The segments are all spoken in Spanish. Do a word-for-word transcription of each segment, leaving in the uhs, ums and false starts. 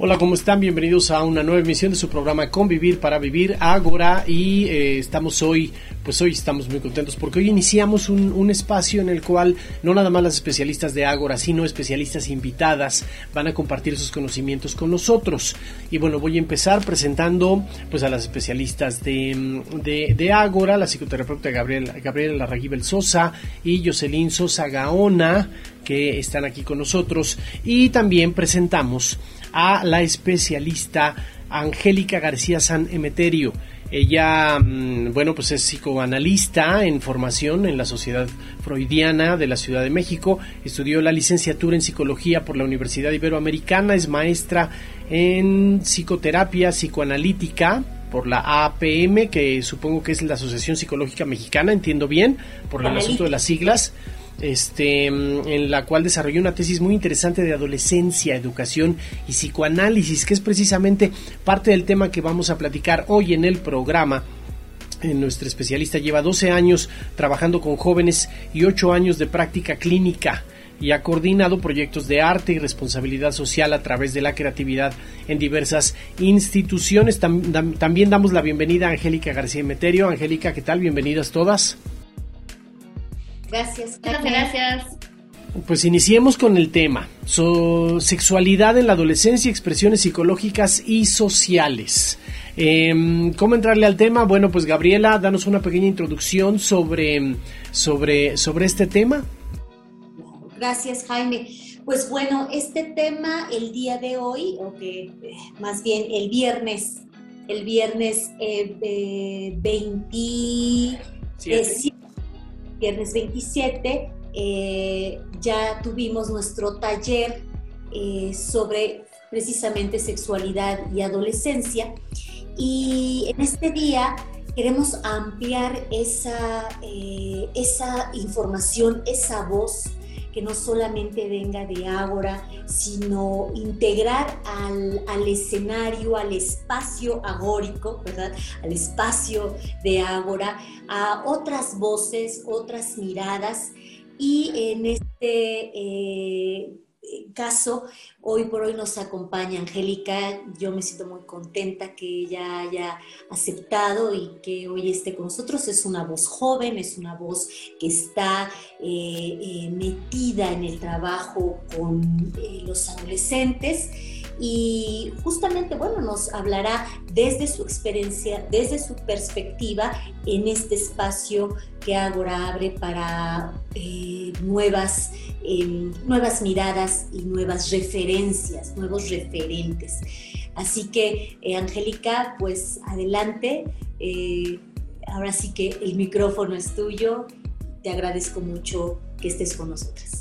Hola, ¿cómo están? Bienvenidos a una nueva emisión de su programa Convivir para Vivir, Ágora, y eh, estamos hoy, pues hoy estamos muy contentos porque hoy iniciamos un, un espacio en el cual no nada más las especialistas de Ágora, sino especialistas invitadas van a compartir sus conocimientos con nosotros. Y bueno, voy a empezar presentando pues a las especialistas de, de, de Ágora, la psicoterapeuta Gabriela, Gabriela Larraguibel Sosa y Jocelyn Sosa Gaona, que están aquí con nosotros, y también presentamos a la especialista Angélica García San Emeterio. Ella, bueno, pues es psicoanalista en formación en la Sociedad Freudiana de la Ciudad de México, estudió la licenciatura en psicología por la Universidad Iberoamericana, es maestra en psicoterapia psicoanalítica por la A P M, que supongo que es la Asociación Psicológica Mexicana, entiendo bien, por el asunto de las siglas. Este, en la cual desarrolló una tesis muy interesante de adolescencia, educación y psicoanálisis, que es precisamente parte del tema que vamos a platicar hoy en el programa. Nuestra especialista lleva doce años trabajando con jóvenes y ocho años de práctica clínica, y ha coordinado proyectos de arte y responsabilidad social a través de la creatividad en diversas instituciones. Tam- tam- también damos la bienvenida a Angélica García Emeterio. Angélica, ¿qué tal? Bienvenidas todas. Gracias. Muchas gracias. Pues iniciemos con el tema. So, sexualidad en la adolescencia, expresiones psicológicas y sociales. Eh, ¿Cómo entrarle al tema? Bueno, pues Gabriela, danos una pequeña introducción sobre, sobre, sobre este tema. Gracias, Jaime. Pues bueno, este tema el día de hoy, o que más bien el viernes, el viernes eh, eh, veintisiete, viernes veintisiete, eh, ya tuvimos nuestro taller eh, sobre precisamente sexualidad y adolescencia, y en este día queremos ampliar esa, eh, esa información, esa voz, que no solamente venga de Ágora, sino integrar al, al escenario, al espacio agórico, ¿verdad? Al espacio de Ágora, a otras voces, otras miradas, y en este eh, caso, hoy por hoy nos acompaña Angélica. Yo me siento muy contenta que ella haya aceptado y que hoy esté con nosotros. Es una voz joven, es una voz que está eh, eh, metida en el trabajo con eh, los adolescentes, y justamente, bueno, nos hablará desde su experiencia, desde su perspectiva, en este espacio que Ágora abre para eh, nuevas, eh, nuevas miradas y nuevas referencias, nuevos referentes. Así que, eh, Angélica, pues adelante. Eh, ahora sí que el micrófono es tuyo. Te agradezco mucho que estés con nosotras.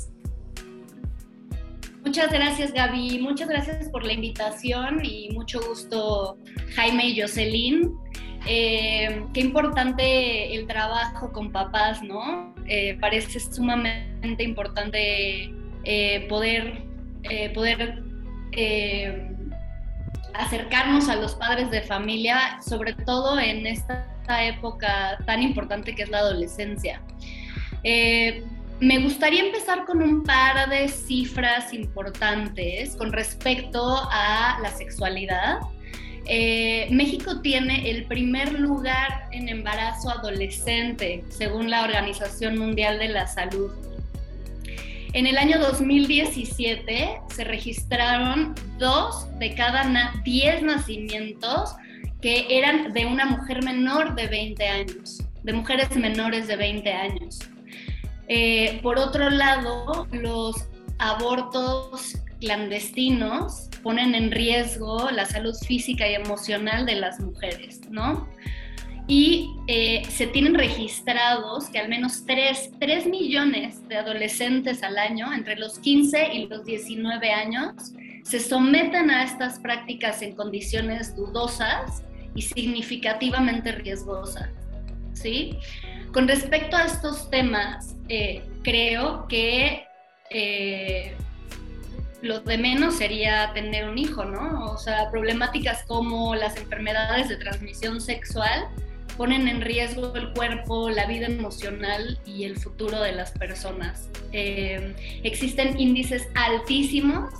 Muchas gracias, Gaby. Muchas gracias por la invitación y mucho gusto, Jaime y Jocelyn. Eh, qué importante el trabajo con papás, ¿no? Eh, parece sumamente importante eh, poder, eh, poder eh, acercarnos a los padres de familia, sobre todo en esta época tan importante que es la adolescencia. Eh, Me gustaría empezar con un par de cifras importantes con respecto a la sexualidad. Eh, México tiene el primer lugar en embarazo adolescente, según la Organización Mundial de la Salud. En el año dos mil diecisiete se registraron dos de cada na- diez nacimientos que eran de una mujer menor de veinte años, de mujeres menores de veinte años. Eh, por otro lado, los abortos clandestinos ponen en riesgo la salud física y emocional de las mujeres, ¿no? Y eh, se tienen registrados que al menos tres millones de adolescentes al año, entre los quince y los diecinueve años, se someten a estas prácticas en condiciones dudosas y significativamente riesgosas, ¿sí? Con respecto a estos temas, eh, creo que eh, lo de menos sería tener un hijo, ¿no? O sea, problemáticas como las enfermedades de transmisión sexual ponen en riesgo el cuerpo, la vida emocional y el futuro de las personas. Eh, existen índices altísimos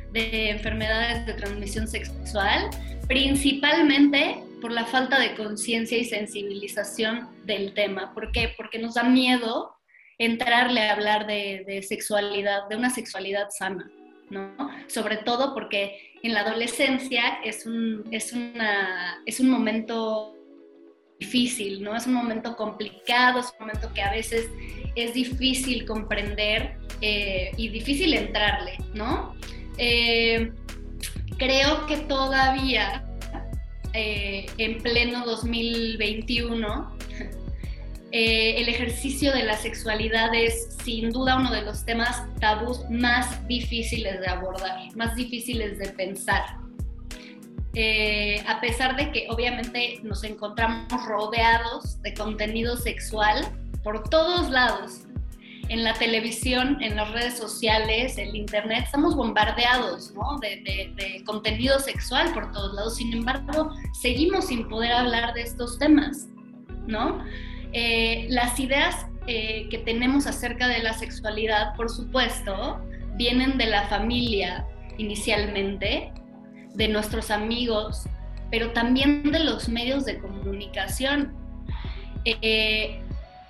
de enfermedades de transmisión sexual, principalmente por la falta de conciencia y sensibilización del tema. ¿Por qué? Porque nos da miedo entrarle a hablar de, de sexualidad, de una sexualidad sana, ¿no? Sobre todo porque en la adolescencia es un, es una, es un momento difícil, ¿no? Es un momento complicado, es un momento que a veces es difícil comprender eh, y difícil entrarle, ¿no? Eh, creo que todavía eh, en pleno dos mil veintiuno eh, el ejercicio de la sexualidad es sin duda uno de los temas tabús más difíciles de abordar, más difíciles de pensar. Eh, a pesar de que obviamente nos encontramos rodeados de contenido sexual por todos lados, en la televisión, en las redes sociales, en el internet, estamos bombardeados, ¿no? de, de, de contenido sexual por todos lados. Sin embargo, seguimos sin poder hablar de estos temas, ¿no? Eh, las ideas eh, que tenemos acerca de la sexualidad, por supuesto, vienen de la familia inicialmente, de nuestros amigos, pero también de los medios de comunicación. Eh,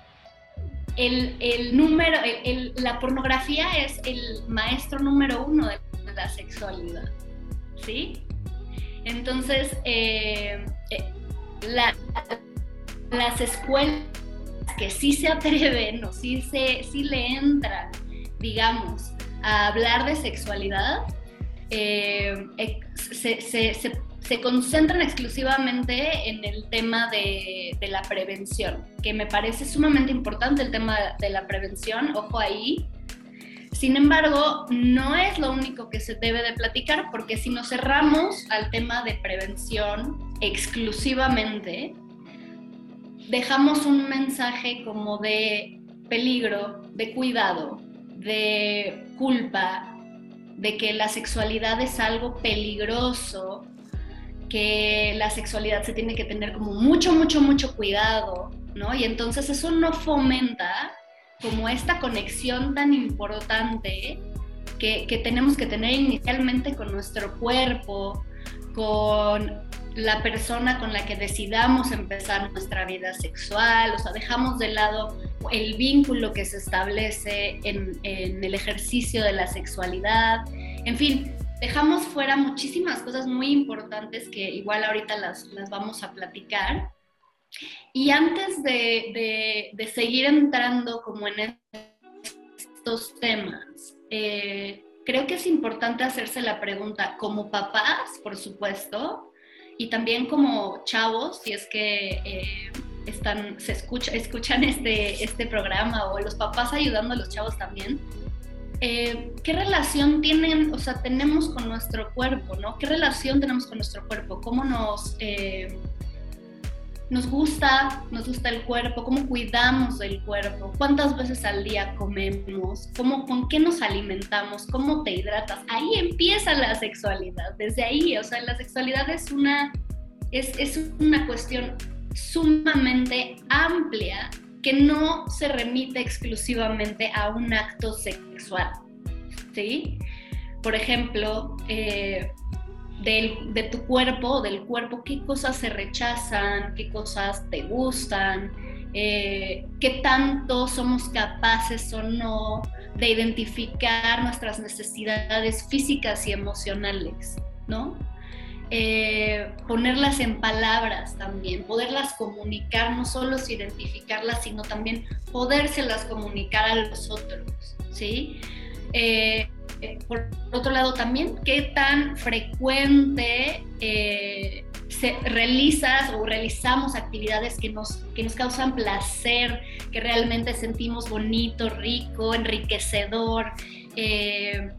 el, el número, el, el, la pornografía es el maestro número uno de la sexualidad, ¿sí? Entonces, eh, eh, la, las escuelas que sí se atreven o sí, se, sí le entran, digamos, a hablar de sexualidad, eh, se, se, se, se concentran exclusivamente en el tema de, de la prevención, que me parece sumamente importante el tema de la prevención, ojo ahí. Sin embargo, no es lo único que se debe de platicar, porque si nos cerramos al tema de prevención exclusivamente, dejamos un mensaje como de peligro, de cuidado, de culpa, de que la sexualidad es algo peligroso, que la sexualidad se tiene que tener como mucho, mucho, mucho cuidado, ¿no? Y entonces eso no fomenta como esta conexión tan importante que, que tenemos que tener inicialmente con nuestro cuerpo, con la persona con la que decidamos empezar nuestra vida sexual. O sea, dejamos de lado el vínculo que se establece en, en el ejercicio de la sexualidad. En fin, dejamos fuera muchísimas cosas muy importantes que igual ahorita las, las vamos a platicar. Y antes de, de, de seguir entrando como en estos temas, eh, creo que es importante hacerse la pregunta como papás, por supuesto, y también como chavos, si es que eh, están, se escucha, escuchan este, este programa, o los papás ayudando a los chavos también. Eh, ¿Qué relación tienen, o sea, tenemos con nuestro cuerpo, ¿no? ¿Qué relación tenemos con nuestro cuerpo? ¿Cómo nos, eh, nos gusta, nos gusta el cuerpo? ¿Cómo cuidamos del cuerpo? ¿Cuántas veces al día comemos? ¿Cómo, con qué nos alimentamos? ¿Cómo te hidratas? Ahí empieza la sexualidad, desde ahí. O sea, la sexualidad es una, es, es una cuestión sumamente amplia que no se remite exclusivamente a un acto sexual, ¿sí? Por ejemplo, eh, del, de tu cuerpo, del cuerpo, qué cosas se rechazan, qué cosas te gustan, eh, qué tanto somos capaces o no de identificar nuestras necesidades físicas y emocionales, ¿no? Eh, ponerlas en palabras también, poderlas comunicar, no solo identificarlas, sino también podérselas comunicar a los otros, ¿sí? Eh, por otro lado también, ¿qué tan frecuente eh, se realizas o realizamos actividades que nos, que nos causan placer, que realmente sentimos bonito, rico, enriquecedor? Eh,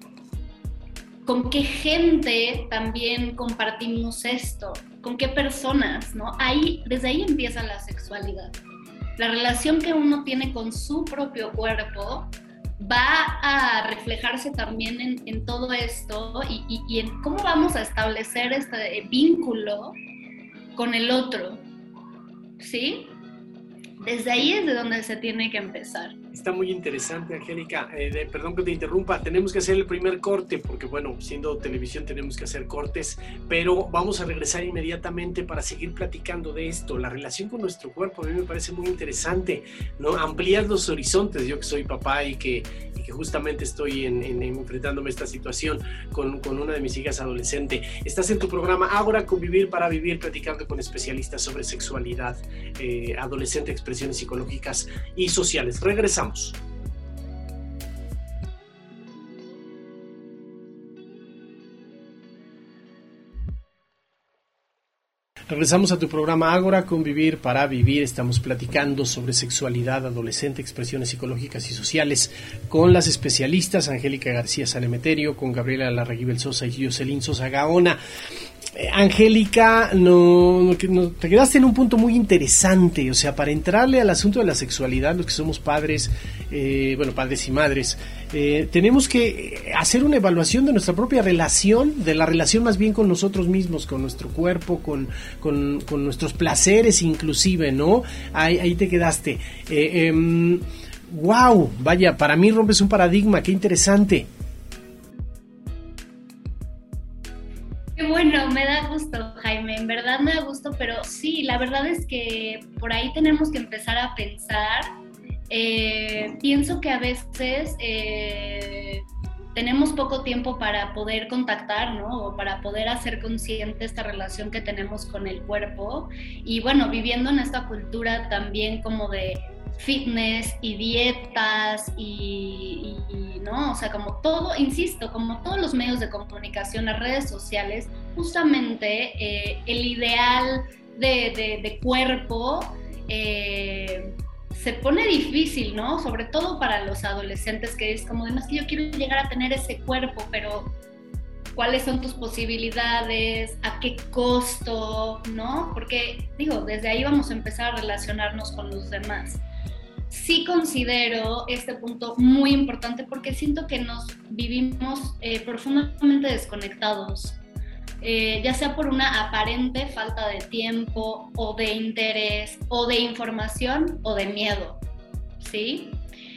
¿Con qué gente también compartimos esto? ¿Con qué personas, no? Ahí, desde ahí empieza la sexualidad. La relación que uno tiene con su propio cuerpo va a reflejarse también en, en todo esto y, y, y en cómo vamos a establecer este vínculo con el otro, ¿sí? Desde ahí es de donde se tiene que empezar. Está muy interesante, Angélica. Eh, de, perdón que te interrumpa, tenemos que hacer el primer corte porque, bueno, siendo televisión tenemos que hacer cortes, pero vamos a regresar inmediatamente para seguir platicando de esto. La relación con nuestro cuerpo a mí me parece muy interesante, ¿no? Ampliar los horizontes. Yo que soy papá y que, y que justamente estoy en, en, enfrentándome a esta situación con, con una de mis hijas adolescente. Estás en tu programa Ágora, Convivir para Vivir, platicando con especialistas sobre sexualidad, eh, adolescente, expresiones psicológicas y sociales. Regresamos. Regresamos a tu programa Ágora, Convivir para Vivir. Estamos platicando sobre sexualidad adolescente, expresiones psicológicas y sociales con las especialistas Angélica García Sanemeterio, con Gabriela Larraguibel Sosa y Jocelyn Sosa Gaona. Eh, Angélica, no, no, te quedaste en un punto muy interesante, o sea, para entrarle al asunto de la sexualidad, los que somos padres, eh, bueno, padres y madres, eh, tenemos que hacer una evaluación de nuestra propia relación, de la relación más bien con nosotros mismos, con nuestro cuerpo, con, con, con nuestros placeres inclusive, ¿no? Ahí, ahí te quedaste. Eh, eh, wow, vaya, para mí rompes un paradigma, qué interesante. Qué bueno, me da gusto, Jaime, en verdad me da gusto, pero sí, la verdad es que por ahí tenemos que empezar a pensar. Eh, pienso que a veces eh, tenemos poco tiempo para poder contactar, ¿no? O para poder hacer consciente esta relación que tenemos con el cuerpo. Y bueno, viviendo en esta cultura también como de fitness y dietas y, y, ¿no? O sea, como todo, insisto, como todos los medios de comunicación, las redes sociales, justamente eh, el ideal de, de, de cuerpo eh, se pone difícil, ¿no? Sobre todo para los adolescentes, que es como, además que yo quiero llegar a tener ese cuerpo, pero ¿cuáles son tus posibilidades? ¿A qué costo? ¿No? Porque, digo, desde ahí vamos a empezar a relacionarnos con los demás. Sí considero este punto muy importante porque siento que nos vivimos eh, profundamente desconectados, eh, ya sea por una aparente falta de tiempo o de interés o de información o de miedo, ¿sí?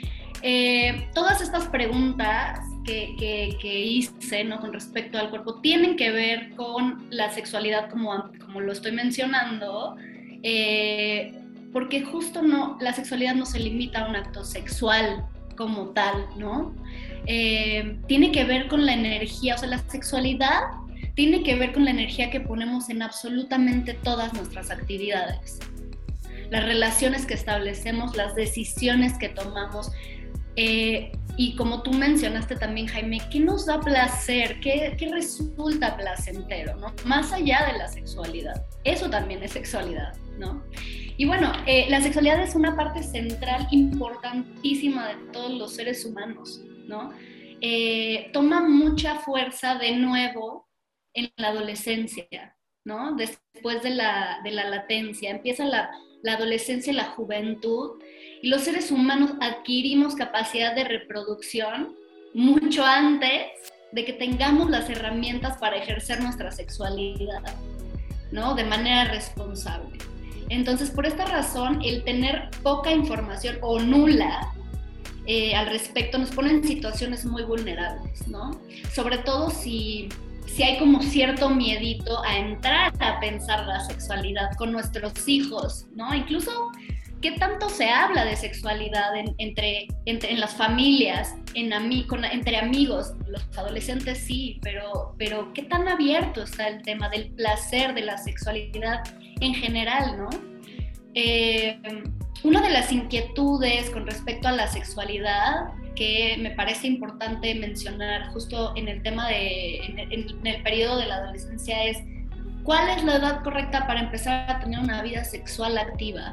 Eh, todas estas preguntas que, que, que hice, ¿no? Con respecto al cuerpo tienen que ver con la sexualidad como, como lo estoy mencionando, eh, porque justo no, la sexualidad no se limita a un acto sexual como tal, ¿no? Eh, tiene que ver con la energía, o sea, la sexualidad tiene que ver con la energía que ponemos en absolutamente todas nuestras actividades. Las relaciones que establecemos, las decisiones que tomamos, eh, y como tú mencionaste también, Jaime, ¿qué nos da placer? ¿Qué, qué resulta placentero, ¿no? Más allá de la sexualidad. Eso también es sexualidad, ¿no? Y bueno, eh, la sexualidad es una parte central, importantísima de todos los seres humanos, ¿no? Eh, toma mucha fuerza de nuevo en la adolescencia, ¿no? Después de la, de la latencia, empieza la, la adolescencia y la juventud, y los seres humanos adquirimos capacidad de reproducción mucho antes de que tengamos las herramientas para ejercer nuestra sexualidad, ¿no? De manera responsable. Entonces, por esta razón, el tener poca información o nula eh, al respecto nos pone en situaciones muy vulnerables, ¿no? Sobre todo si, si hay como cierto miedito a entrar a pensar la sexualidad con nuestros hijos, ¿no? Incluso, ¿qué tanto se habla de sexualidad en, entre, entre, en las familias, en ami, con, entre amigos? Los adolescentes sí, pero, pero ¿qué tan abierto está el tema del placer de la sexualidad en general, ¿no? Eh, una de las inquietudes con respecto a la sexualidad que me parece importante mencionar justo en el tema de, en el, en el periodo de la adolescencia es ¿cuál es la edad correcta para empezar a tener una vida sexual activa?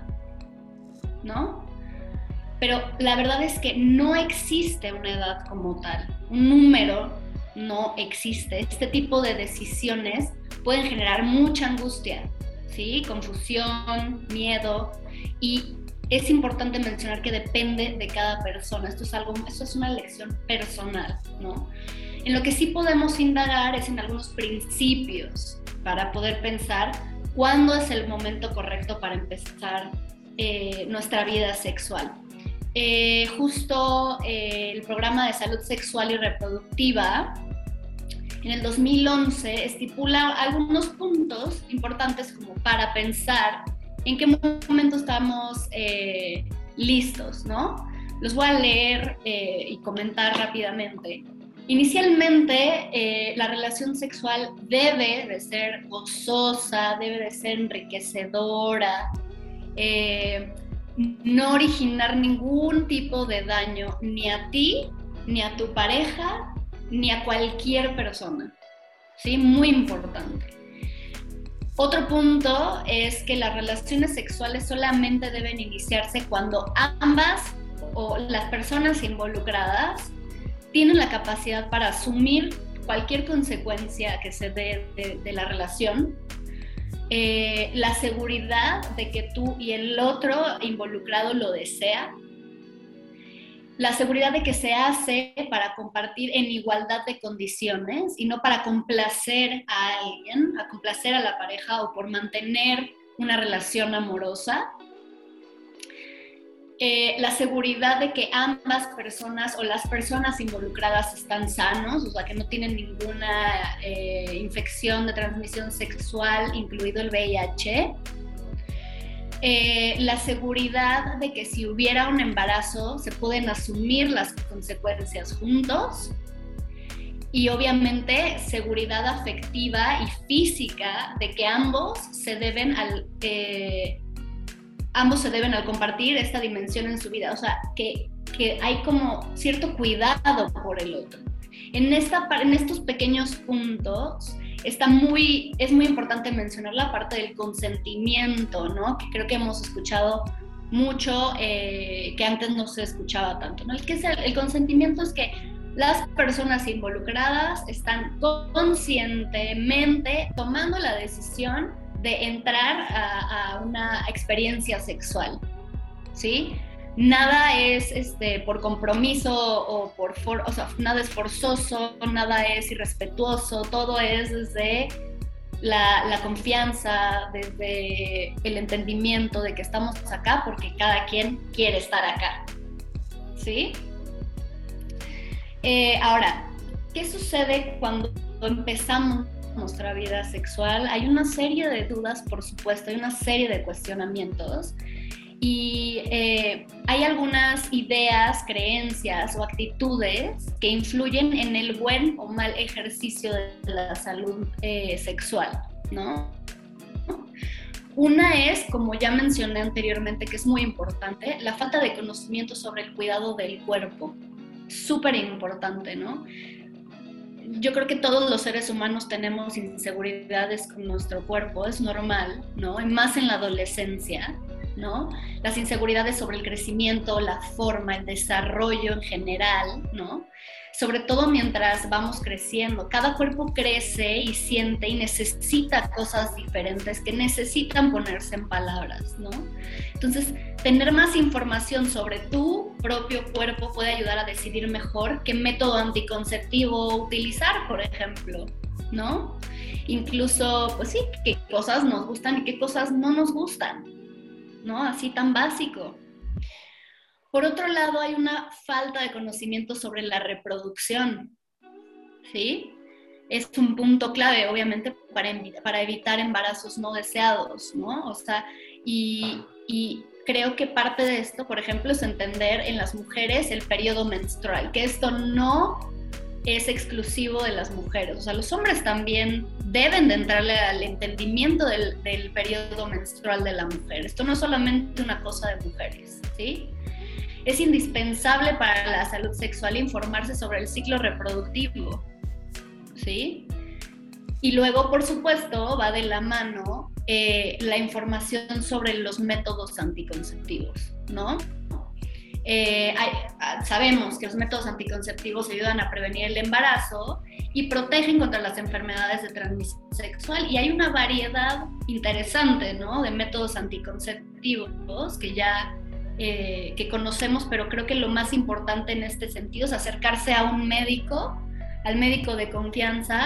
¿No? Pero la verdad es que no existe una edad como tal, un número no existe. Este tipo de decisiones pueden generar mucha angustia, ¿sí? Confusión, miedo, y es importante mencionar que depende de cada persona. Esto es algo, esto es una elección personal, ¿no? En lo que sí podemos indagar es en algunos principios para poder pensar cuándo es el momento correcto para empezar eh, nuestra vida sexual. eh, justo eh, el programa de salud sexual y reproductiva en el dos mil once estipula algunos puntos importantes como para pensar en qué momento estamos eh, listos, ¿no? Los voy a leer eh, y comentar rápidamente. Inicialmente, eh, la relación sexual debe de ser gozosa, debe de ser enriquecedora, eh, no originar ningún tipo de daño ni a ti, ni a tu pareja, ni a cualquier persona, ¿sí? Muy importante. Otro punto es que las relaciones sexuales solamente deben iniciarse cuando ambas o las personas involucradas tienen la capacidad para asumir cualquier consecuencia que se dé de, de la relación, eh, la seguridad de que tú y el otro involucrado lo desea, la seguridad de que se hace para compartir en igualdad de condiciones y no para complacer a alguien, a complacer a la pareja o por mantener una relación amorosa. Eh, la seguridad de que ambas personas o las personas involucradas están sanos, o sea, que no tienen ninguna eh, infección de transmisión sexual, incluido el V I H. Eh, la seguridad de que si hubiera un embarazo se pueden asumir las consecuencias juntos. Y obviamente seguridad afectiva y física de que ambos se deben al... Eh, ambos se deben al compartir esta dimensión en su vida, o sea, que, que hay como cierto cuidado por el otro. En, esta, en estos pequeños puntos está muy, es muy importante mencionar la parte del consentimiento, ¿no? Que creo que hemos escuchado mucho, eh, que antes no se escuchaba tanto, ¿no? El, que es el, el consentimiento es que las personas involucradas están conscientemente tomando la decisión de entrar a, a una experiencia sexual, ¿sí? Nada es este, por compromiso o por, for, o sea, nada es forzoso, nada es irrespetuoso, todo es desde la, la confianza, desde el entendimiento de que estamos acá porque cada quien quiere estar acá, ¿sí? Eh, ahora, ¿qué sucede cuando empezamos nuestra vida sexual? Hay una serie de dudas, por supuesto, hay una serie de cuestionamientos y eh, hay algunas ideas, creencias o actitudes que influyen en el buen o mal ejercicio de la salud eh, sexual, ¿no? Una es, como ya mencioné anteriormente, que es muy importante, la falta de conocimiento sobre el cuidado del cuerpo. Súper importante, ¿no? Yo creo que todos los seres humanos tenemos inseguridades con nuestro cuerpo, es normal, ¿no? Y más en la adolescencia, ¿no? Las inseguridades sobre el crecimiento, la forma, el desarrollo en general, ¿no? Sobre todo mientras vamos creciendo. Cada cuerpo crece y siente y necesita cosas diferentes que necesitan ponerse en palabras, ¿no? Entonces, tener más información sobre tu propio cuerpo puede ayudar a decidir mejor qué método anticonceptivo utilizar, por ejemplo, ¿no? Incluso, pues sí, qué cosas nos gustan y qué cosas no nos gustan, ¿no? Así tan básico. Por otro lado, hay una falta de conocimiento sobre la reproducción, ¿sí? Es un punto clave, obviamente, para, para evitar embarazos no deseados, ¿no? O sea, y, y creo que parte de esto, por ejemplo, es entender en las mujeres el periodo menstrual, que esto no es exclusivo de las mujeres. O sea, los hombres también deben de entrarle al entendimiento del, del periodo menstrual de la mujer. Esto no es solamente una cosa de mujeres, ¿sí? Es indispensable para la salud sexual informarse sobre el ciclo reproductivo, ¿sí? Y luego, por supuesto, va de la mano eh, la información sobre los métodos anticonceptivos, ¿no? Eh, hay, sabemos que los métodos anticonceptivos ayudan a prevenir el embarazo y protegen contra las enfermedades de transmisión sexual, y hay una variedad interesante, ¿no?, de métodos anticonceptivos que ya Eh, que conocemos, pero creo que lo más importante en este sentido es acercarse a un médico, al médico de confianza,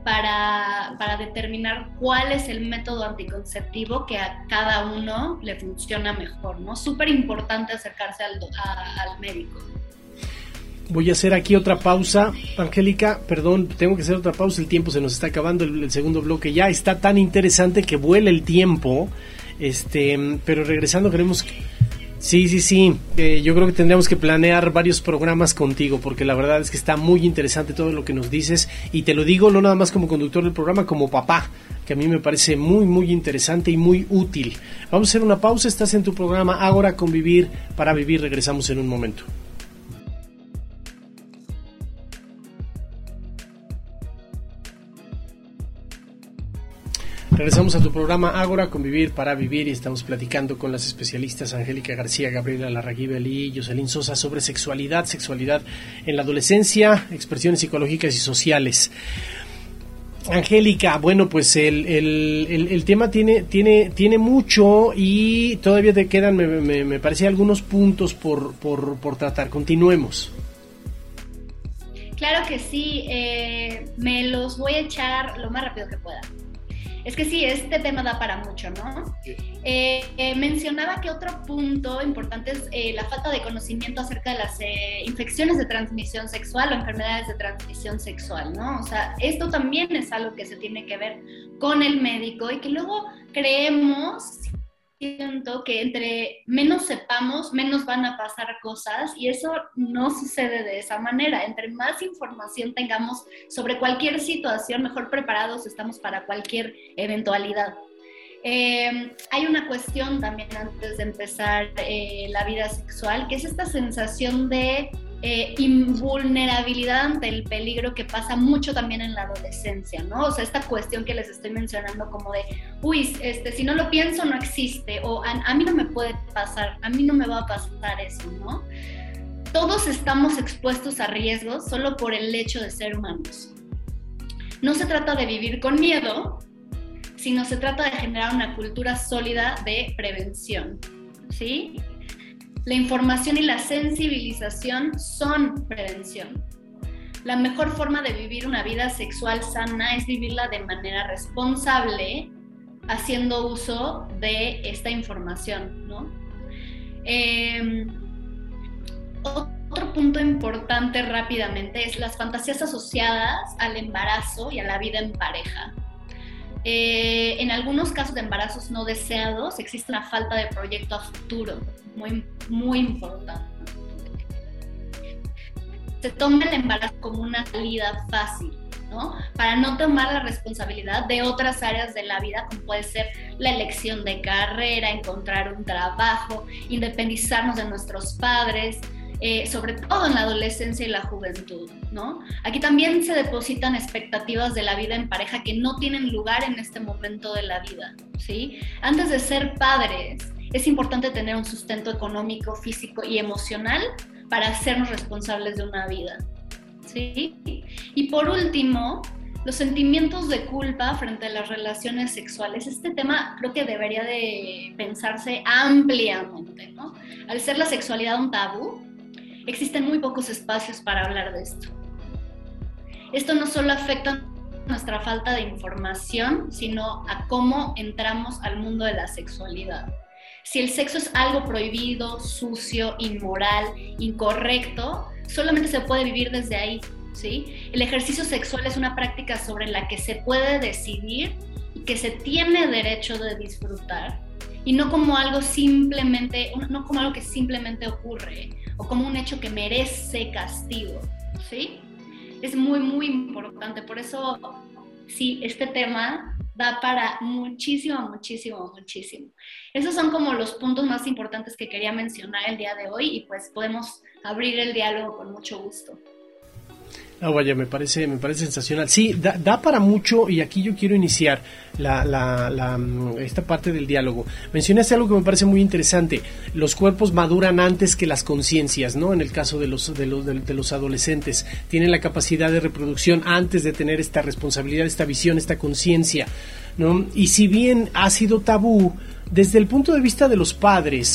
para, para determinar cuál es el método anticonceptivo que a cada uno le funciona mejor, ¿no? Súper importante acercarse al, a, al médico. Voy a hacer aquí otra pausa, Angélica, perdón, tengo que hacer otra pausa, el tiempo se nos está acabando, el, el segundo bloque ya está tan interesante que vuela el tiempo, este, pero regresando queremos... Sí, sí, sí, eh, yo creo que tendríamos que planear varios programas contigo, porque la verdad es que está muy interesante todo lo que nos dices, y te lo digo no nada más como conductor del programa, como papá, que a mí me parece muy, muy interesante y muy útil. Vamos a hacer una pausa, estás en tu programa Ágora, Convivir para Vivir, regresamos en un momento. Regresamos a tu programa Ágora, Convivir para Vivir, y estamos platicando con las especialistas Angélica García, Gabriela Larraguibel y Jocelyn Sosa sobre sexualidad, sexualidad en la adolescencia, expresiones psicológicas y sociales. Angélica, bueno, pues el, el, el, el tema tiene, tiene, tiene mucho y todavía te quedan, me, me, me parece, algunos puntos por, por, por tratar. Continuemos. Claro que sí, eh, me los voy a echar lo más rápido que pueda. Es que sí, este tema da para mucho, ¿no? Sí. Eh, eh, mencionaba que otro punto importante es eh, la falta de conocimiento acerca de las eh, infecciones de transmisión sexual o enfermedades de transmisión sexual, ¿no? O sea, esto también es algo que se tiene que ver con el médico y que luego creemos, siento que entre menos sepamos, menos van a pasar cosas, y eso no sucede de esa manera. Entre más información tengamos sobre cualquier situación, mejor preparados estamos para cualquier eventualidad. Eh, hay una cuestión también antes de empezar eh, la vida sexual, que es esta sensación de Eh, invulnerabilidad ante el peligro que pasa mucho también en la adolescencia, ¿no? O sea, esta cuestión que les estoy mencionando como de, uy, este, si no lo pienso no existe, o a, a mí no me puede pasar, a mí no me va a pasar eso, ¿no? Todos estamos expuestos a riesgos solo por el hecho de ser humanos. No se trata de vivir con miedo, sino se trata de generar una cultura sólida de prevención, ¿sí? La información y la sensibilización son prevención. La mejor forma de vivir una vida sexual sana es vivirla de manera responsable, haciendo uso de esta información, ¿no? Eh, otro punto importante rápidamente es las fantasías asociadas al embarazo y a la vida en pareja. Eh, en algunos casos de embarazos no deseados existe una falta de proyecto a futuro, muy, muy importante. Se toma el embarazo como una salida fácil, ¿no? Para no tomar la responsabilidad de otras áreas de la vida, como puede ser la elección de carrera, encontrar un trabajo, independizarnos de nuestros padres, Eh, sobre todo en la adolescencia y la juventud, ¿no? Aquí también se depositan expectativas de la vida en pareja que no tienen lugar en este momento de la vida, ¿sí? Antes de ser padres, es importante tener un sustento económico, físico y emocional para hacernos responsables de una vida, ¿sí? Y por último, los sentimientos de culpa frente a las relaciones sexuales. Este tema creo que debería de pensarse ampliamente, ¿no? Al ser la sexualidad un tabú, existen muy pocos espacios para hablar de esto. Esto no solo afecta nuestra falta de información, sino a cómo entramos al mundo de la sexualidad. Si el sexo es algo prohibido, sucio, inmoral, incorrecto, solamente se puede vivir desde ahí, ¿sí? El ejercicio sexual es una práctica sobre la que se puede decidir y que se tiene derecho de disfrutar, y no como algo simplemente, no como algo que simplemente ocurre, o como un hecho que merece castigo, ¿sí? Es muy, muy importante. Por eso, sí, este tema da para muchísimo, muchísimo, muchísimo. Esos son como los puntos más importantes que quería mencionar el día de hoy, y pues podemos abrir el diálogo con mucho gusto. Ah, vaya, me parece, me parece sensacional. Sí, da, da para mucho, y aquí yo quiero iniciar la, la, la, esta parte del diálogo. Mencionaste algo que me parece muy interesante. Los cuerpos maduran antes que las conciencias, ¿no? En el caso de los, de los, de, de los adolescentes, tienen la capacidad de reproducción antes de tener esta responsabilidad, esta visión, esta conciencia, ¿no? Y si bien ha sido tabú, desde el punto de vista de los padres,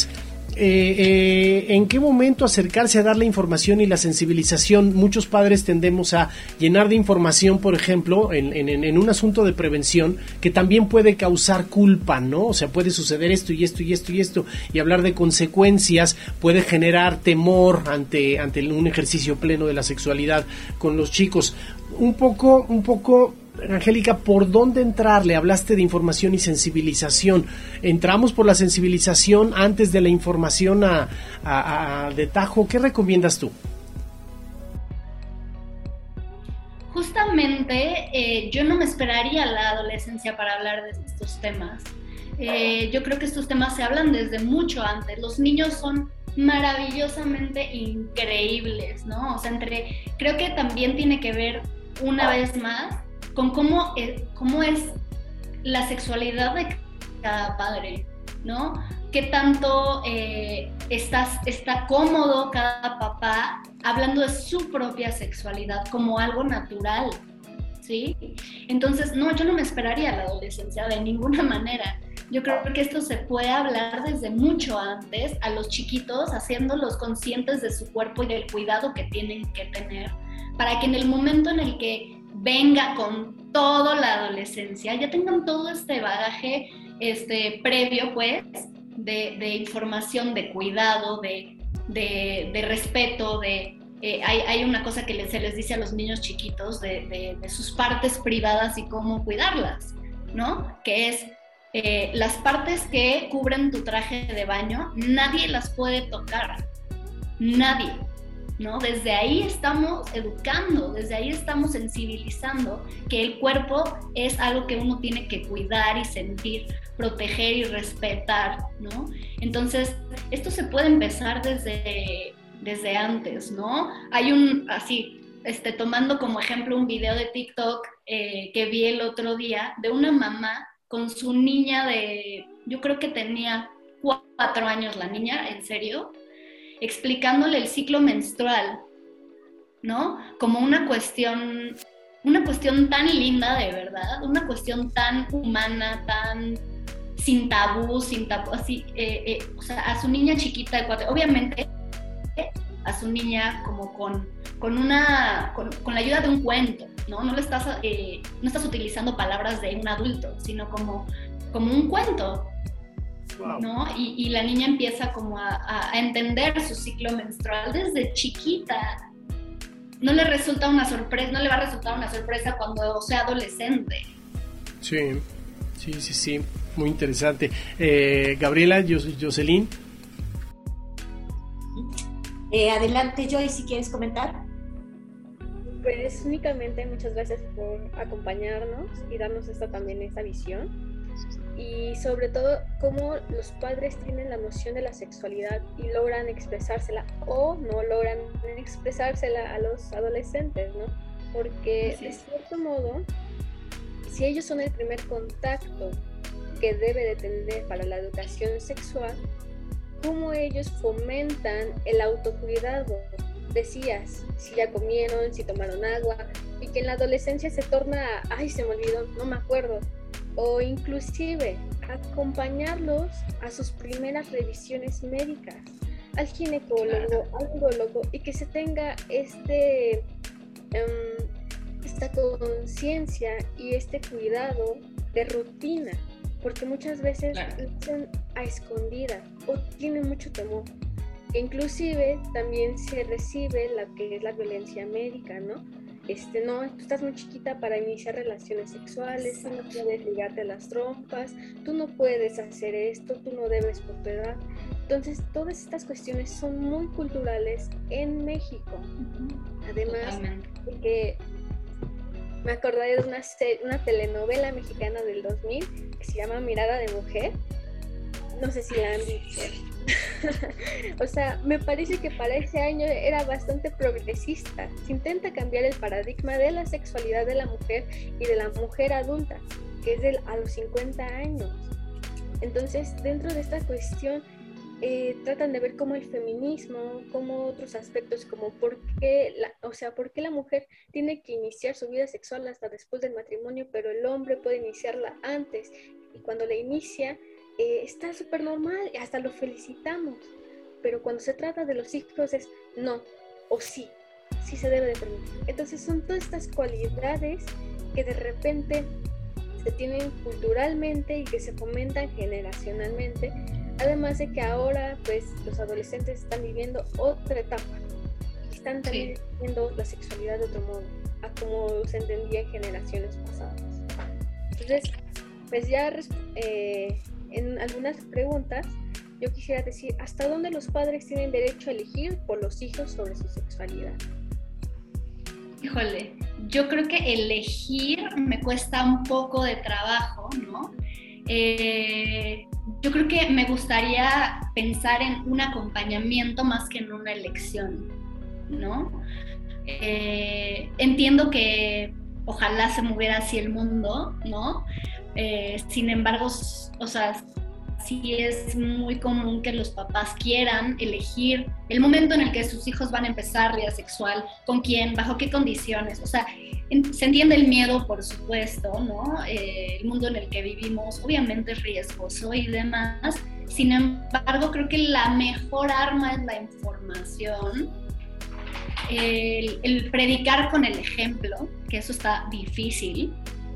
eh, eh, ¿en qué momento acercarse a dar la información y la sensibilización? Muchos padres tendemos a llenar de información, por ejemplo, en, en, en un asunto de prevención que también puede causar culpa, ¿no? O sea, puede suceder esto y esto y esto y esto, y hablar de consecuencias puede generar temor ante, ante un ejercicio pleno de la sexualidad con los chicos. Un poco, un poco... Angélica, ¿por dónde entrarle? Hablaste de información y sensibilización. ¿Entramos por la sensibilización antes de la información a, a, a de tajo? ¿Qué recomiendas tú? Justamente, eh, yo no me esperaría a la adolescencia para hablar de estos temas. Eh, yo creo que estos temas se hablan desde mucho antes. Los niños son maravillosamente increíbles, ¿no? O sea, entre, creo que también tiene que ver, una vez más, con cómo es, cómo es la sexualidad de cada padre, ¿no? Qué tanto eh, estás, está cómodo cada papá hablando de su propia sexualidad como algo natural, ¿sí? Entonces, no, yo no me esperaría a la adolescencia de ninguna manera. Yo creo que esto se puede hablar desde mucho antes, a los chiquitos, haciéndolos conscientes de su cuerpo y del cuidado que tienen que tener, para que en el momento en el que venga con toda la adolescencia, ya tengan todo este bagaje este, previo, pues, de, de información, de cuidado, de, de, de respeto, de, eh, hay, hay una cosa que se les dice a los niños chiquitos de, de, de sus partes privadas y cómo cuidarlas, ¿no? Que es eh, las partes que cubren tu traje de baño, nadie las puede tocar, nadie. ¿No? Desde ahí estamos educando, desde ahí estamos sensibilizando que el cuerpo es algo que uno tiene que cuidar y sentir, proteger y respetar, ¿no? Entonces, esto se puede empezar desde, desde antes, ¿no? Hay un, así, este, tomando como ejemplo un video de TikTok eh, que vi el otro día de una mamá con su niña de, yo creo que tenía cuatro años la niña, en serio, explicándole el ciclo menstrual, ¿no? Como una cuestión, una cuestión tan linda de verdad, una cuestión tan humana, tan sin tabú, sin tabú, así, eh, eh, o sea, a su niña chiquita de cuatro, obviamente, a su niña como con, con una, con, con la ayuda de un cuento, ¿no? No le estás, eh, no estás utilizando palabras de un adulto, sino como, como un cuento. Wow. ¿No? Y, y la niña empieza como a, a entender su ciclo menstrual desde chiquita. No le resulta una sorpresa, no le va a resultar una sorpresa cuando sea adolescente. Sí, sí, sí, sí, muy interesante. Eh, Gabriela, Jocelyn. Eh, adelante, Joy, si quieres comentar. Pues únicamente muchas gracias por acompañarnos y darnos esta, también esta visión. Y sobre todo cómo los padres tienen la noción de la sexualidad y logran expresársela o no logran expresársela a los adolescentes, ¿no? Porque de cierto modo, si ellos son el primer contacto que debe de tener para la educación sexual, cómo ellos fomentan el autocuidado. Decías, si ya comieron, si tomaron agua, y que en la adolescencia se torna, ay, se me olvidó, no me acuerdo, o inclusive acompañarlos a sus primeras revisiones médicas, al ginecólogo, al urologo, y que se tenga este um, esta conciencia y este cuidado de rutina, porque muchas veces lo hacen a escondidas o tienen mucho temor. Inclusive también se recibe lo que es la violencia médica, ¿no? Este, no, tú estás muy chiquita para iniciar relaciones sexuales, tú no puedes ligarte las trompas, tú no puedes hacer esto, tú no debes por tu edad. Entonces, todas estas cuestiones son muy culturales en México. Además, porque me acordé de una, una telenovela mexicana del dos mil que se llama Mirada de Mujer. No sé si la han visto. O sea, me parece que para ese año era bastante progresista. Se intenta cambiar el paradigma de la sexualidad de la mujer y de la mujer adulta, que es de, a los cincuenta años. Entonces, dentro de esta cuestión, eh, tratan de ver cómo el feminismo, como otros aspectos, como por qué, la, o sea, por qué la mujer tiene que iniciar su vida sexual hasta después del matrimonio, pero el hombre puede iniciarla antes. Y cuando la inicia, eh, está súper normal, hasta lo felicitamos, pero cuando se trata de los hijos es no, o sí, sí se debe de permitir. Entonces son todas estas cualidades que de repente se tienen culturalmente y que se fomentan generacionalmente, además de que ahora pues los adolescentes están viviendo otra etapa y están también sí. viviendo la sexualidad de otro modo, a como se entendía en generaciones pasadas. Entonces, pues ya eh, en algunas preguntas yo quisiera decir, ¿hasta dónde los padres tienen derecho a elegir por los hijos sobre su sexualidad? Híjole, yo creo que elegir me cuesta un poco de trabajo, ¿no? Eh, yo creo que me gustaría pensar en un acompañamiento más que en una elección, ¿no? Eh, entiendo que ojalá se moviera así el mundo, ¿no? Eh, sin embargo, o sea, sí es muy común que los papás quieran elegir el momento en el que sus hijos van a empezar vida sexual, con quién, bajo qué condiciones. O sea, en, se entiende el miedo, por supuesto, ¿no? Eh, el mundo en el que vivimos obviamente es riesgoso y demás. Sin embargo, creo que la mejor arma es la información, el, el predicar con el ejemplo, que eso está difícil,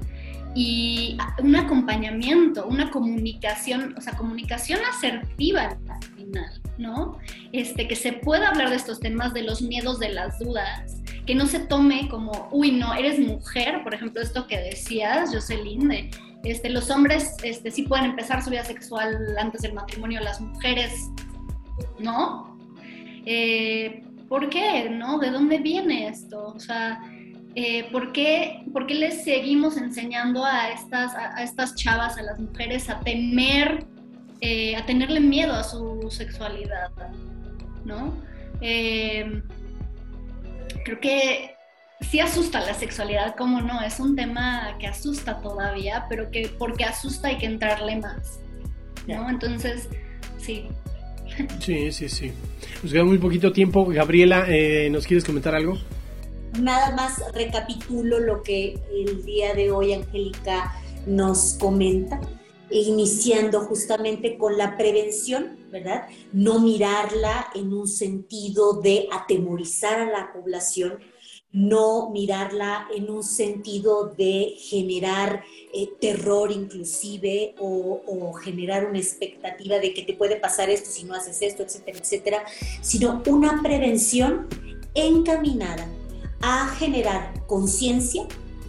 y un acompañamiento, una comunicación, o sea, comunicación asertiva al final, ¿no? Este, que se pueda hablar de estos temas, de los miedos, de las dudas, que no se tome como, uy, no, eres mujer, por ejemplo, esto que decías, Jocelyn, de, este, los hombres este, sí pueden empezar su vida sexual antes del matrimonio, las mujeres, ¿no? Eh, ¿por qué, no? ¿De dónde viene esto? O sea, Eh, ¿por qué, ¿por qué les seguimos enseñando a estas, a, a estas chavas, a las mujeres, a temer, eh, a tenerle miedo a su sexualidad, ¿no? Eh, creo que sí asusta la sexualidad, ¿cómo no? Es un tema que asusta todavía, pero que porque asusta hay que entrarle más, ¿no? Entonces, sí. Sí, sí, sí. Nos queda muy poquito tiempo. Gabriela, eh, ¿nos quieres comentar algo? Nada más recapitulo lo que el día de hoy Angélica nos comenta, iniciando justamente con la prevención, ¿verdad? No mirarla en un sentido de atemorizar a la población, no mirarla en un sentido de generar eh, terror inclusive o, o generar una expectativa de que te puede pasar esto si no haces esto, etcétera, etcétera, sino una prevención encaminada a generar conciencia,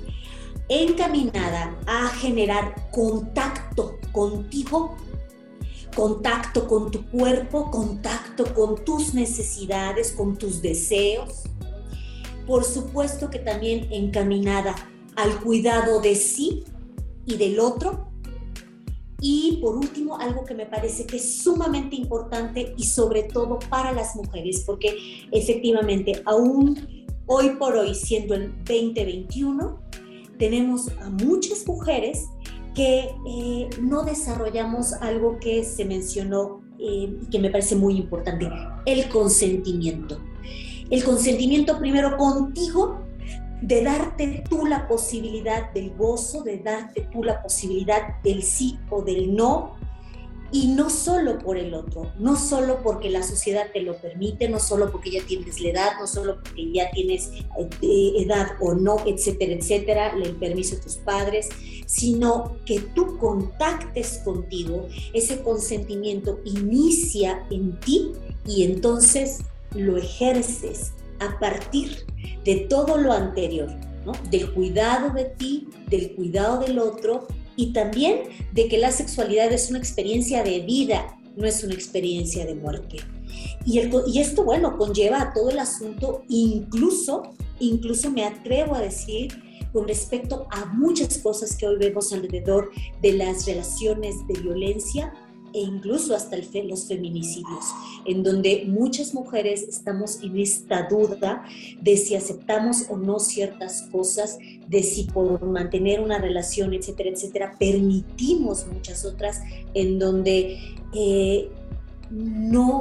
encaminada a generar contacto contigo, contacto con tu cuerpo, contacto con tus necesidades, con tus deseos. Por supuesto que también encaminada al cuidado de sí y del otro. Y por último, algo que me parece que es sumamente importante y sobre todo para las mujeres, porque efectivamente aún hoy por hoy, siendo el veinte veintiuno, tenemos a muchas mujeres que eh, no desarrollamos algo que se mencionó eh, y que me parece muy importante, el consentimiento. El consentimiento primero contigo, de darte tú la posibilidad del gozo, de darte tú la posibilidad del sí o del no, y no solo por el otro, no solo porque la sociedad te lo permite, no solo porque ya tienes la edad, no solo porque ya tienes eh, edad o no, etcétera, etcétera, el permiso de tus padres, sino que tú contactes contigo, ese consentimiento inicia en ti y entonces lo ejerces a partir de todo lo anterior, ¿no? Del cuidado de ti, del cuidado del otro, y también de que la sexualidad es una experiencia de vida, no es una experiencia de muerte. Y, el, y esto, bueno, conlleva a todo el asunto, incluso, incluso me atrevo a decir, con respecto a muchas cosas que hoy vemos alrededor de las relaciones de violencia, e incluso hasta el fe, los feminicidios, en donde muchas mujeres estamos en esta duda de si aceptamos o no ciertas cosas, de si por mantener una relación, etcétera, etcétera, permitimos muchas otras en donde eh, no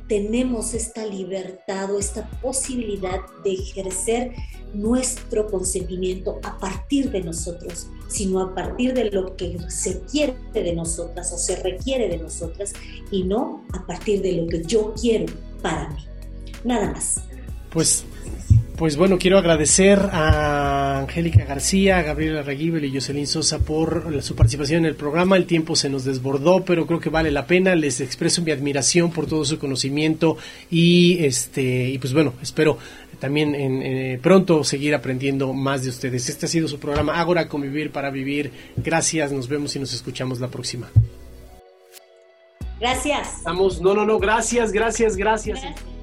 tenemos esta libertad o esta posibilidad de ejercer nuestro consentimiento a partir de nosotros, sino a partir de lo que se quiere de nosotras o se requiere de nosotras, y no a partir de lo que yo quiero para mí. Nada más. Pues, pues bueno, quiero agradecer a Angélica García, a Gabriela Reguíbel y Jocelyn Sosa por su participación en el programa. El tiempo se nos desbordó, pero creo que vale la pena. Les expreso mi admiración por todo su conocimiento y este y pues bueno, espero también en, eh, pronto seguir aprendiendo más de ustedes. Este ha sido su programa Ágora, Convivir para Vivir. Gracias, nos vemos y nos escuchamos la próxima. Gracias. Estamos, no, no, no, gracias, gracias, gracias. Gracias.